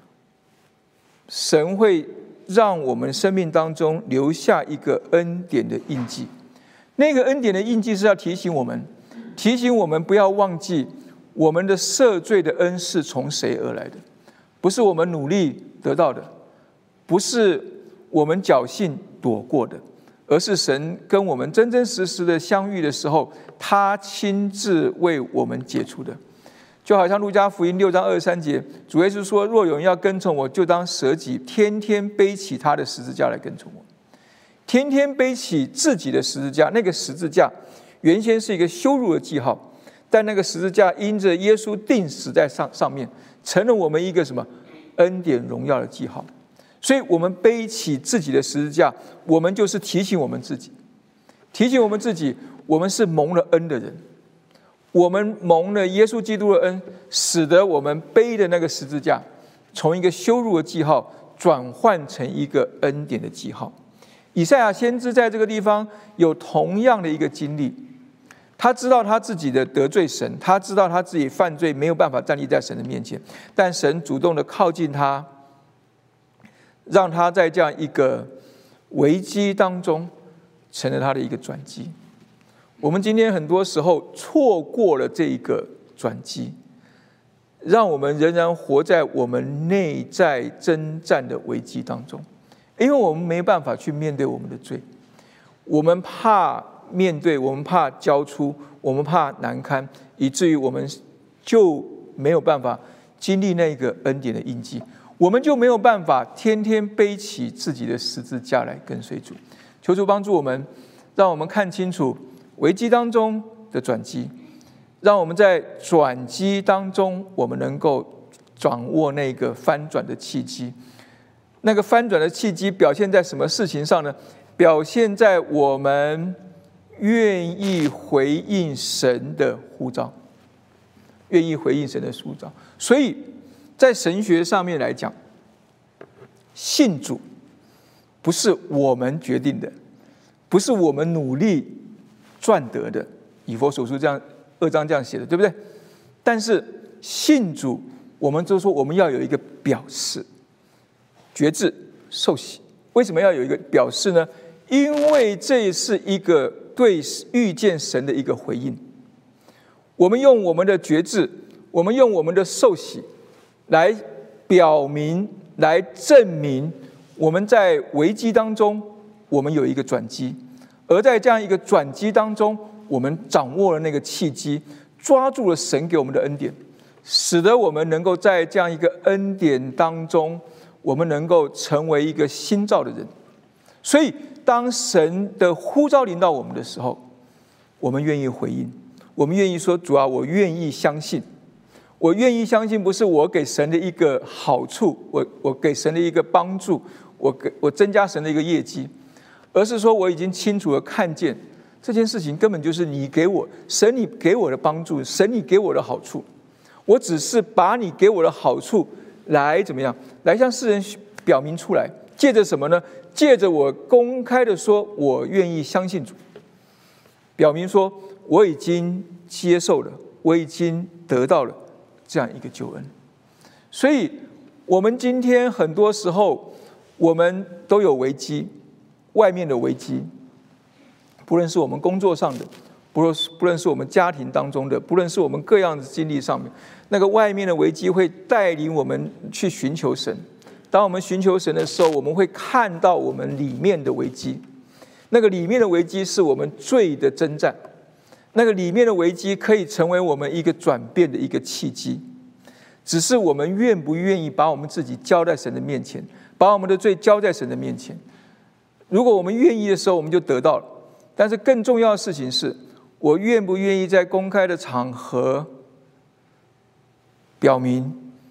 神会让我们生命当中留下一个恩典的印记。那个恩典的印记是要提醒我们，提醒我们不要忘记我们的赦罪的恩是从谁而来的，不是我们努力得到的，不是我们侥幸躲过的，而是神跟我们真真实实的相遇的时候，他亲自为我们解除的。就好像路加福音六章二十三节，主耶稣说：若有人要跟从我，就当舍己，天天背起他的十字架来跟从我。天天背起自己的十字架，那个十字架原先是一个羞辱的记号，但那个十字架因着耶稣钉死在上上面，成了我们一个什么恩典荣耀的记号。所以我们背起自己的十字架，我们就是提醒我们自己，提醒我们自己，我们是蒙了恩的人，我们蒙了耶稣基督的恩，使得我们背的那个十字架从一个羞辱的记号转换成一个恩典的记号。以赛亚先知在这个地方有同样的一个经历，他知道他自己的得罪神，他知道他自己犯罪没有办法站立在神的面前，但神主动的靠近他，让他在这样一个危机当中成了他的一个转机。我们今天很多时候错过了这一个转机，让我们仍然活在我们内在征战的危机当中，因为我们没办法去面对我们的罪，我们怕面对，我们怕交出，我们怕难堪，以至于我们就没有办法经历那个恩典的印记，我们就没有办法天天背起自己的十字架来跟随主。求主帮助我们，让我们看清楚危机当中的转机，让我们在转机当中，我们能够掌握那个翻转的契机。那个翻转的契机表现在什么事情上呢？表现在我们愿意回应神的呼召，愿意回应神的呼召。所以在神学上面来讲，信主不是我们决定的，不是我们努力赚得的，以弗所书这样二章这样写的，对不对？但是信主，我们就说我们要有一个表示，决志受洗。为什么要有一个表示呢？因为这是一个对遇见神的一个回应。我们用我们的决志，我们用我们的受洗来表明，来证明我们在危机当中我们有一个转机，而在这样一个转机当中，我们掌握了那个契机，抓住了神给我们的恩典，使得我们能够在这样一个恩典当中，我们能够成为一个新造的人。所以当神的呼召临到我们的时候，我们愿意回应，我们愿意说，主啊，我愿意相信。我愿意相信，不是我给神的一个好处，我我给神的一个帮助，我给我增加神的一个业绩，而是说我已经清楚地看见这件事情根本就是你给我，神你给我的帮助，神你给我的好处，我只是把你给我的好处来怎么样，来向世人表明出来。借着什么呢？借着我公开的说，我愿意相信主，表明说我已经接受了，我已经得到了这样一个救恩。所以我们今天很多时候我们都有危机，外面的危机，不论是我们工作上的，不论不论是我们家庭当中的，不论是我们各样的经历上面，那个外面的危机会带领我们去寻求神。当我们寻求神的时候，我们会看到我们里面的危机，那个里面的危机是我们罪的征战，那个里面的危机可以成为我们一个转变的一个契机，只是我们愿不愿意把我们自己交在神的面前，把我们的罪交在神的面前。如果我们愿意的时候，我们就得到了。但是更重要的事情是，我愿不愿意在公开的场合表明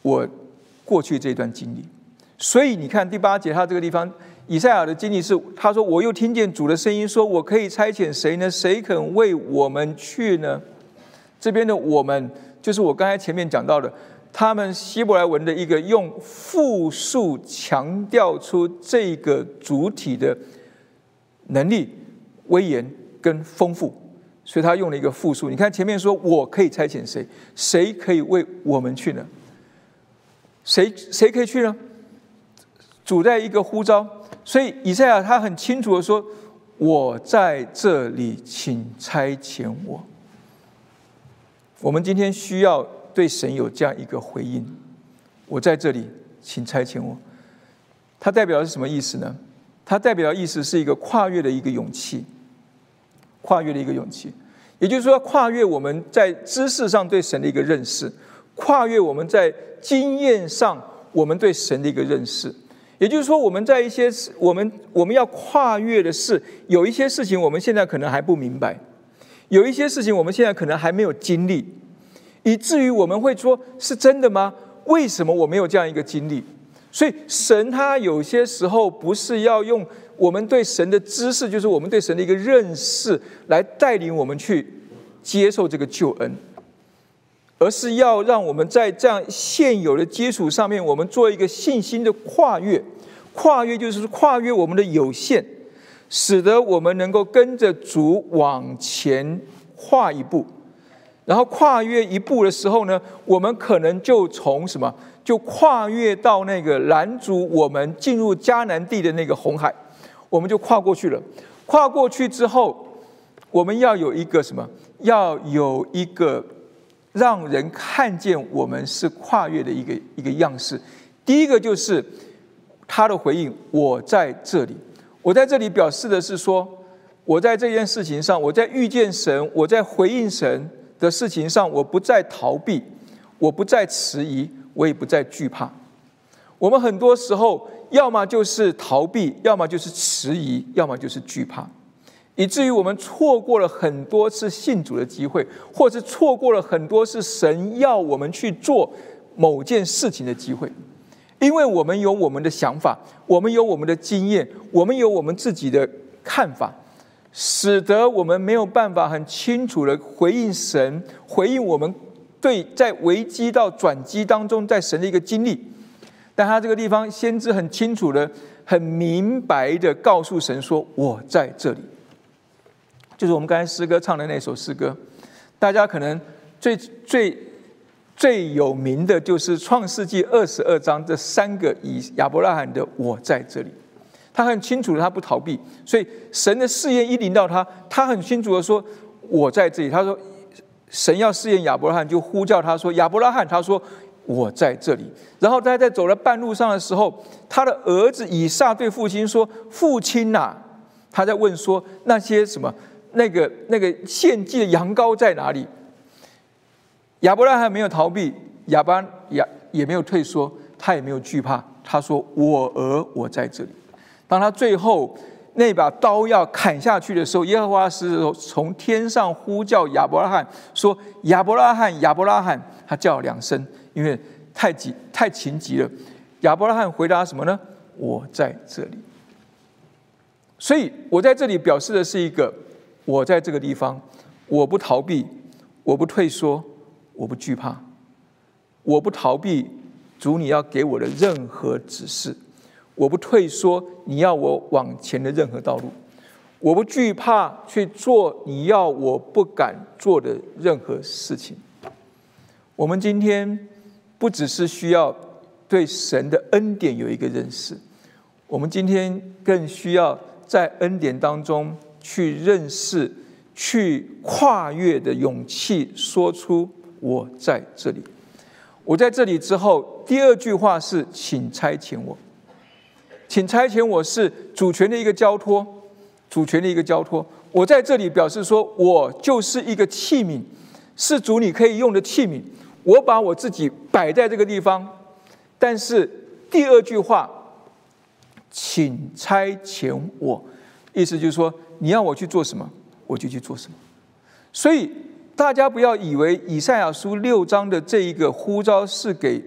我过去这段经历。所以你看第八节，他这个地方以赛亚的经历是，他说：“我又听见主的声音说，我可以差遣谁呢？谁肯为我们去呢？”这边的我们，就是我刚才前面讲到的，他们希伯来文的一个用复数强调出这个主体的能力、威严跟丰富，所以他用了一个复数。你看前面说我可以差遣谁，谁可以为我们去呢？谁谁可以去呢？主在一个呼召，所以以赛亚他很清楚的说：“我在这里，请差遣我。”我们今天需要对神有这样一个回应：我在这里，请差遣我。它代表的是什么意思呢？它代表的意思是一个跨越的一个勇气，跨越的一个勇气。也就是说，跨越我们在知识上对神的一个认识，跨越我们在经验上我们对神的一个认识。也就是说，我们在一些我们我们要跨越的是，有一些事情我们现在可能还不明白，有一些事情我们现在可能还没有经历，以至于我们会说：是真的吗？为什么我没有这样一个经历？所以神他有些时候不是要用我们对神的知识，就是我们对神的一个认识，来带领我们去接受这个救恩，而是要让我们在这样现有的基础上面，我们做一个信心的跨越。跨越就是跨越我们的有限，使得我们能够跟着主往前跨一步。然后跨越一步的时候呢，我们可能就从什么，就跨越到那个拦阻我们进入迦南地的那个红海，我们就跨过去了。跨过去之后，我们要有一个什么？要有一个让人看见我们是跨越的一个一个样式。第一个就是他的回应：我在这里。我在这里表示的是说，我在这件事情上，我在遇见神，我在回应神的事情上，我不再逃避，我不再迟疑，我也不再惧怕。我们很多时候要么就是逃避，要么就是迟疑，要么就是惧怕，以至于我们错过了很多次信主的机会，或是错过了很多次神要我们去做某件事情的机会。因为我们有我们的想法，我们有我们的经验，我们有我们自己的看法，使得我们没有办法很清楚的回应神，回应我们对在危机到转机当中在神的一个经历。但他这个地方先知很清楚的、很明白的告诉神说：我在这里。就是我们刚才诗歌唱的那首诗歌，大家可能最最最有名的就是创世纪二十二章这三个以亚伯拉罕的我在这里。他很清楚的，他不逃避，所以神的试验一临到他，他很清楚的说：我在这里。他说神要试验亚伯拉罕，就呼叫他说：亚伯拉罕。他说：我在这里。然后他在走了半路上的时候，他的儿子以撒对父亲说：父亲啊！他在问说那些什么那个那个献祭的羊羔在哪里？亚伯拉罕没有逃避，亚巴亚也没有退缩，他也没有惧怕。他说：我儿，我在这里。当他最后那把刀要砍下去的时候，耶和华使者从天上呼叫亚伯拉罕说：亚伯拉罕，亚伯拉罕。他叫了两声，因为太急太情急了。亚伯拉罕回答什么呢？我在这里。所以我在这里表示的是一个，我在这个地方，我不逃避，我不退缩，我不惧怕，我不逃避主你要给我的任何指示，我不退缩你要我往前的任何道路，我不惧怕去做你要我不敢做的任何事情。我们今天不只是需要对神的恩典有一个认识，我们今天更需要在恩典当中去认识，去跨越的勇气，说出我在这里。我在这里之后，第二句话是请差遣我。请差遣我是主权的一个交托，主权的一个交托。我在这里表示说，我就是一个器皿，是主你可以用的器皿。我把我自己摆在这个地方，但是第二句话，请差遣我，意思就是说，你要我去做什么，我就去做什么。所以大家不要以为以赛亚书六章的这一个呼召是给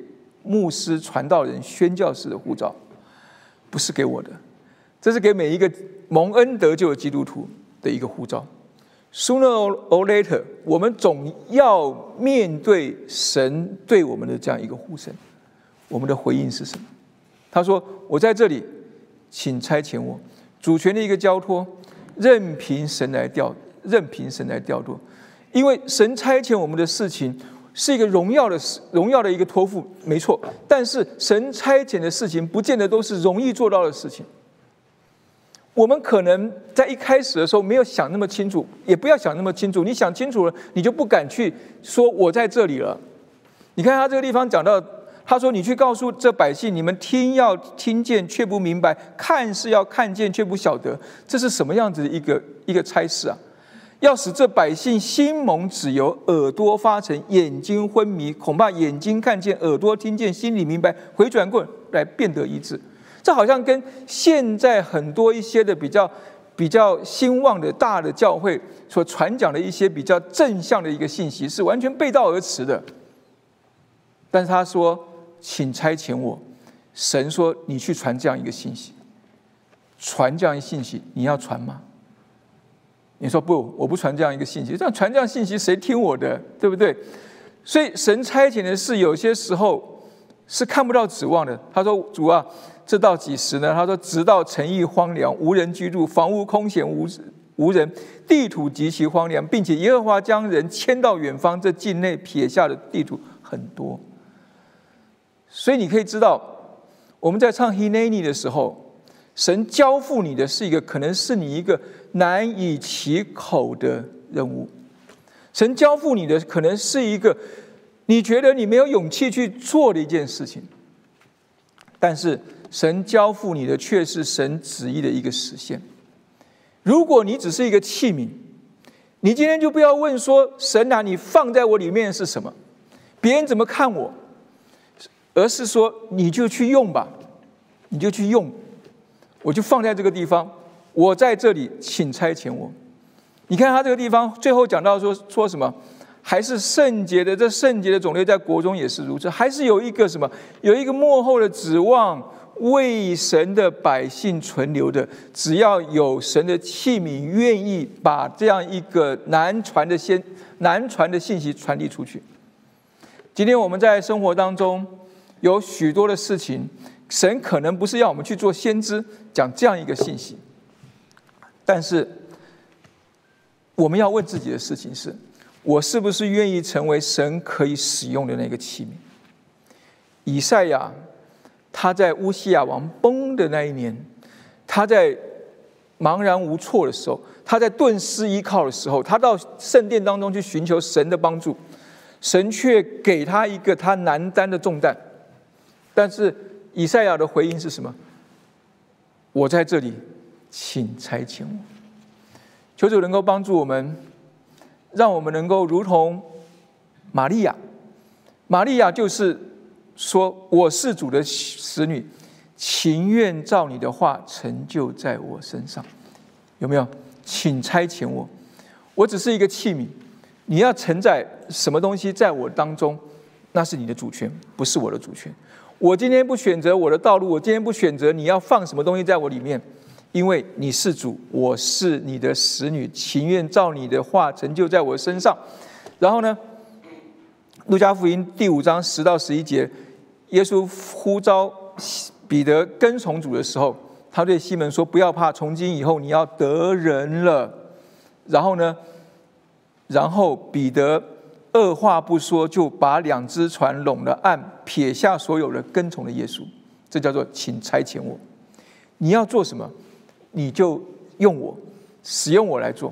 牧师、传道人、宣教士的呼召，不是给我的，这是给每一个蒙恩得救的基督徒的一个呼召。Sooner or later， 我们总要面对神对我们的这样一个呼声，我们的回应是什么？他说：“我在这里，请差遣我。”主权的一个交托，任凭神来调，任凭神来调度，因为神差遣我们的事情是一个荣耀的荣耀的一个托付，没错。但是神差遣的事情，不见得都是容易做到的事情。我们可能在一开始的时候没有想那么清楚，也不要想那么清楚。你想清楚了，你就不敢去说我在这里了。你看他这个地方讲到，他说：“你去告诉这百姓，你们听要听见却不明白，看是要看见却不晓得。”这是什么样子的一个一个差事啊？要使这百姓心蒙脂油，耳朵发沉，眼睛昏迷，恐怕眼睛看见，耳朵听见，心里明白，回转过来变得医治。这好像跟现在很多一些的比较比较兴旺的大的教会所传讲的一些比较正向的一个信息是完全背道而驰的。但是他说：“请差遣我。”神说：“你去传这样一个信息，传这样一个信息，你要传吗？”你说：“不，我不传这样一个信息。这样传这样信息，谁听我的？对不对？”所以神差遣的事，有些时候是看不到指望的。他说：“主啊，这到几时呢？”他说：“直到城邑荒凉，无人居住，房屋空闲无无人，地土极其荒凉，并且耶和华将人迁到远方，这境内撇下的地土很多。”所以你可以知道，我们在唱 Hineni 的时候，神交付你的是一个可能是你一个难以启口的任务。神交付你的可能是一个你觉得你没有勇气去做的一件事情，但是神交付你的却是神旨意的一个实现。如果你只是一个器皿，你今天就不要问说：“神啊，你放在我里面是什么？别人怎么看我？”而是说，你就去用吧，你就去用，我就放在这个地方，我在这里，请差遣我。你看他这个地方最后讲到说说什么？还是圣洁的，这圣洁的种类在国中也是如此，还是有一个什么？有一个末后的指望，为神的百姓存留的。只要有神的器皿愿意把这样一个难传的先难传的信息传递出去。今天我们在生活当中有许多的事情，神可能不是要我们去做先知，讲这样一个信息，但是我们要问自己的事情是：我是不是愿意成为神可以使用的那个器皿？以赛亚他在乌西亚王崩的那一年，他在茫然无措的时候，他在顿失依靠的时候，他到圣殿当中去寻求神的帮助，神却给他一个他难担的重担。但是以赛亚的回应是什么？我在这里，请差遣我。求主能够帮助我们，让我们能够如同玛利亚。玛利亚就是说：“我是主的使女，情愿照你的话成就在我身上。”有没有？请差遣我，我只是一个器皿，你要承载什么东西在我当中，那是你的主权，不是我的主权。我今天不选择我的道路，我今天不选择你要放什么东西在我里面，因为你是主，我是你的使女，情愿照你的话成就在我身上。然后呢，路加福音第五章十到十一节，耶稣呼召彼得跟从主的时候，他对西门说：“不要怕，从今以后你要得人了。”然后呢，然后彼得二话不说，就把两只船拢了岸，撇下所有的，跟从了耶稣。这叫做请差遣我。你要做什么，你就用我，使用我来做。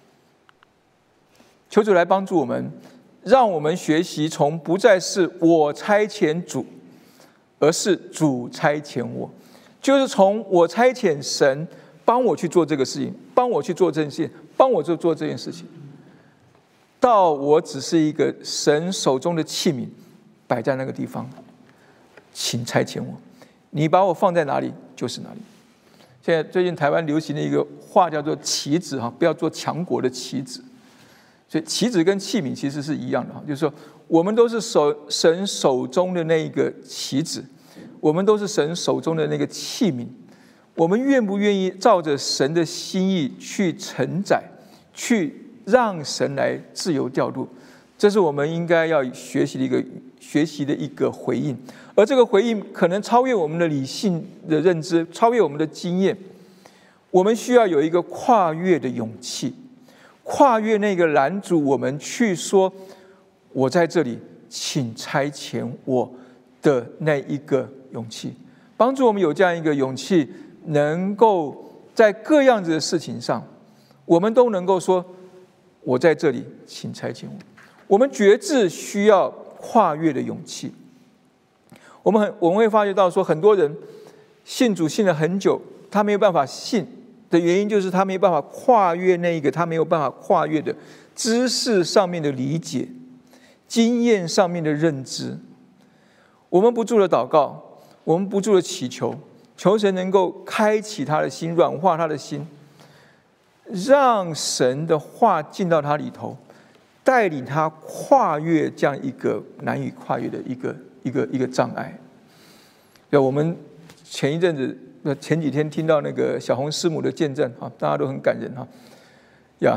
求主来帮助我们，让我们学习从不再是我差遣主，而是主差遣我。就是从我差遣神帮我去做这个事情，帮我去做这件事情，帮我就做这件事情，到我只是一个神手中的器皿，摆在那个地方，请差遣我。你把我放在哪里，就是哪里。现在最近台湾流行的一个话叫做棋子，不要做强国的棋子。所以棋子跟器皿其实是一样的，就是说我们都是手神手中的那一个棋子，我们都是神手中的那个器皿。我们愿不愿意照着神的心意去承载，去让神来自由调度？这是我们应该要学习的一个学习的一个回应。而这个回应可能超越我们的理性的认知，超越我们的经验。我们需要有一个跨越的勇气，跨越那个拦阻我们去说我在这里，请差遣我的那一个勇气，帮助我们有这样一个勇气，能够在各样子的事情上，我们都能够说我在这里，请差遣我。我们决志需要跨越的勇气。我们很我们会发觉到说，很多人信主信了很久，他没有办法信的原因，就是他没有办法跨越那一个他没有办法跨越的知识上面的理解，经验上面的认知。我们不住的祷告，我们不住的祈求，求神能够开启他的心，软化他的心，让神的话进到他里头，带领他跨越这样一个难以跨越的一个一个一个障碍。我们前一阵子前几天听到那个小红师母的见证，大家都很感人哈呀。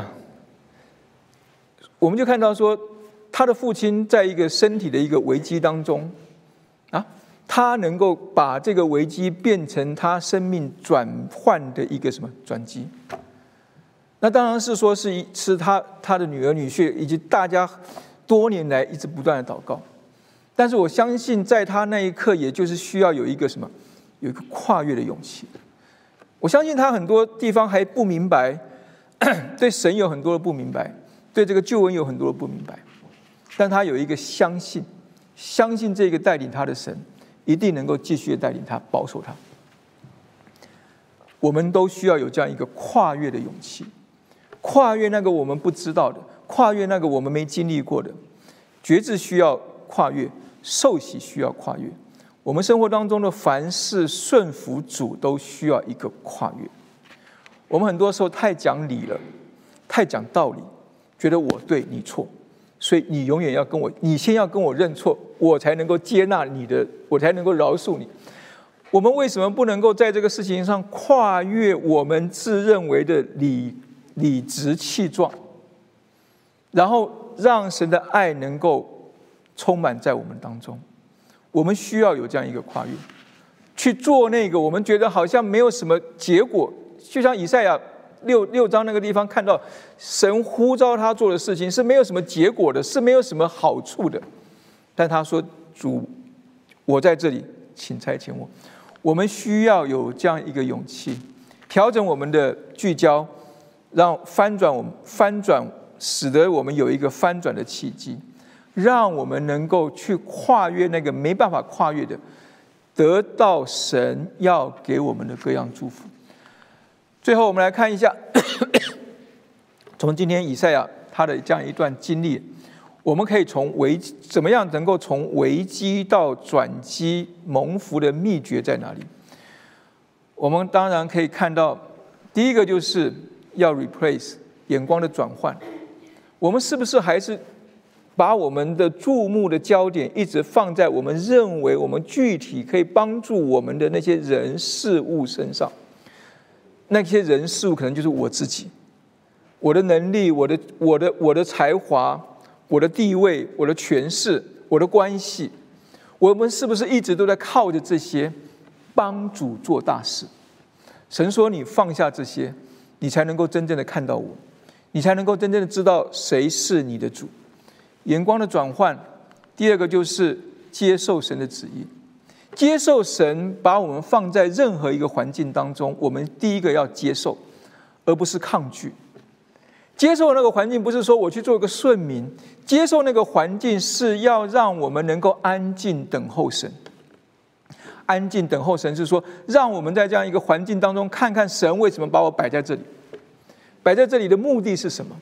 我们就看到说，他的父亲在一个身体的一个危机当中啊，他能够把这个危机变成他生命转换的一个什么转机。那当然是说是是他他的女儿女婿以及大家多年来一直不断的祷告。但是我相信，在他那一刻，也就是需要有一个什么，有一个跨越的勇气。我相信他很多地方还不明白，对神有很多的不明白，对这个救恩有很多的不明白，但他有一个相信，相信这个带领他的神一定能够继续的带领他，保守他。我们都需要有这样一个跨越的勇气，跨越那个我们不知道的，跨越那个我们没经历过的。决志需要跨越，受洗需要跨越，我们生活当中的凡事顺服主都需要一个跨越。我们很多时候太讲理了，太讲道理，觉得我对你错，所以你永远要跟我，你先要跟我认错，我才能够接纳你的，我才能够饶恕你。我们为什么不能够在这个事情上跨越我们自认为的理理直气壮，然后让神的爱能够充满在我们当中？我们需要有这样一个跨越，去做那个我们觉得好像没有什么结果，就像以赛亚六六章那个地方看到神呼召他做的事情是没有什么结果的，是没有什么好处的，但他说主，我在这里，请差遣我。我们需要有这样一个勇气，调整我们的聚焦，让翻转我们翻转，使得我们有一个翻转的契机，让我们能够去跨越那个没办法跨越的，得到神要给我们的各样祝福。最后我们来看一下从今天以赛亚他的这样一段经历，我们可以从危怎么样能够从危机到转机蒙福的秘诀在哪里？我们当然可以看到，第一个就是要 replace 眼光的转换。我们是不是还是把我们的注目的焦点一直放在我们认为我们具体可以帮助我们的那些人事物身上？那些人事物可能就是我自己，我的能力，我的我的我的才华，我的地位，我的权势，我的关系。我们是不是一直都在靠着这些帮主做大事？神说你放下这些，你才能够真正的看到我，你才能够真正的知道谁是你的主。眼光的转换。第二个就是接受神的旨意，接受神把我们放在任何一个环境当中，我们第一个要接受，而不是抗拒。接受那个环境不是说我去做一个顺民，接受那个环境是要让我们能够安静等候神。安静等候神是说，让我们在这样一个环境当中看看神为什么把我摆在这里，摆在这里的目的是什么，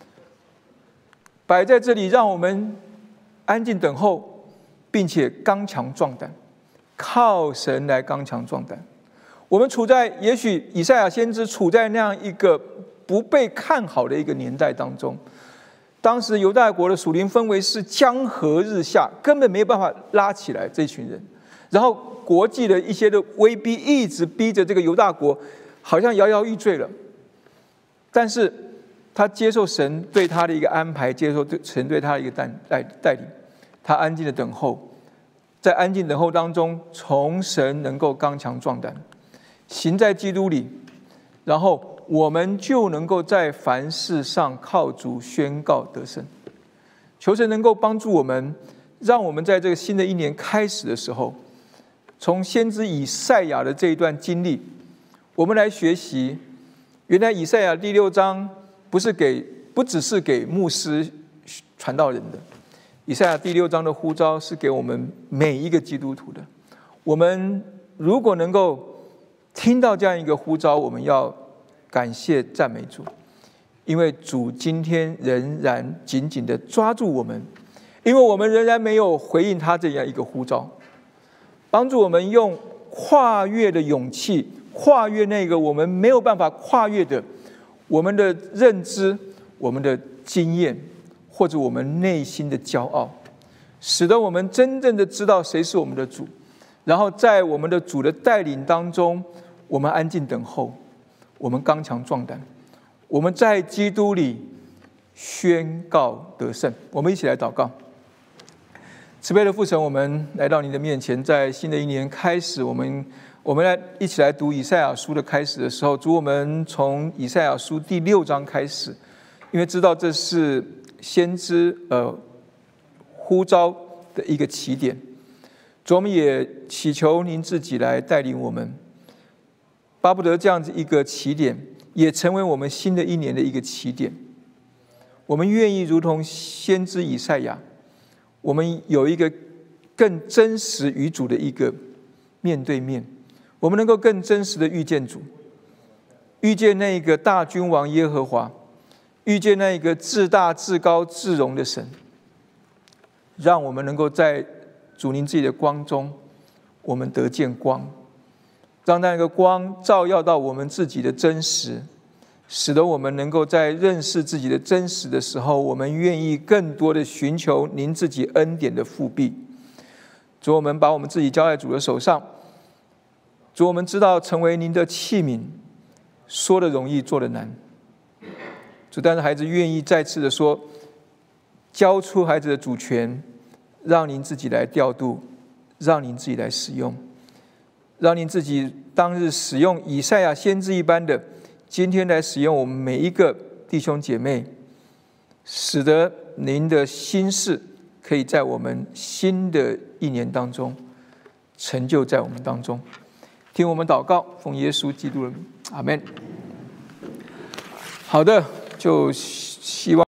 摆在这里让我们安静等候，并且刚强壮胆，靠神来刚强壮胆。我们处在也许以赛亚先知处在那样一个不被看好的一个年代当中， 当时犹大国的属灵氛围是江河日下，根本没有办法拉起来这群人。然后国际的一些的威逼一直逼着这个犹大国，好像摇摇欲坠了。但是他接受神对他的一个安排，接受神对他的一个带带带领，他安静的等候，在安静等候当中，从神能够刚强壮胆，行在基督里，然后我们就能够在凡事上靠主宣告得胜。求神能够帮助我们，让我们在这个新的一年开始的时候，从先知以赛亚的这一段经历，我们来学习，原来以赛亚第六章不是给不只是给牧师传道人的，以赛亚第六章的呼召是给我们每一个基督徒的。我们如果能够听到这样一个呼召，我们要感谢赞美主，因为主今天仍然紧紧地抓住我们，因为我们仍然没有回应他这样一个呼召，帮助我们用跨越的勇气，跨越那个我们没有办法跨越的我们的认知、我们的经验，或者我们内心的骄傲，使得我们真正的知道谁是我们的主，然后在我们的主的带领当中，我们安静等候，我们刚强壮胆，我们在基督里宣告得胜。我们一起来祷告。慈悲的父神，我们来到你的面前，在新的一年开始，我们我们来一起来读以赛亚书的开始的时候，主，我们从以赛亚书第六章开始，因为知道这是先知呃呼召的一个起点。主，我们也祈求您自己来带领我们，巴不得这样子一个起点，也成为我们新的一年的一个起点。我们愿意如同先知以赛亚，我们有一个更真实与主的一个面对面，我们能够更真实的遇见主，遇见那个大君王耶和华，遇见那个至大至高至荣的神，让我们能够在主您自己的光中，我们得见光，让那个光照耀到我们自己的真实，使得我们能够在认识自己的真实的时候，我们愿意更多的寻求您自己恩典的复辟。主，我们把我们自己交在主的手上。主，我们知道成为您的器皿，说的容易，做的难。主，但是孩子愿意再次的说，交出孩子的主权，让您自己来调度，让您自己来使用，让您自己当日使用以赛亚先知一般的，今天来使用我们每一个弟兄姐妹，使得您的心事可以在我们新的一年当中成就在我们当中。听我们祷告，奉耶稣基督的名，阿们。好的，就希望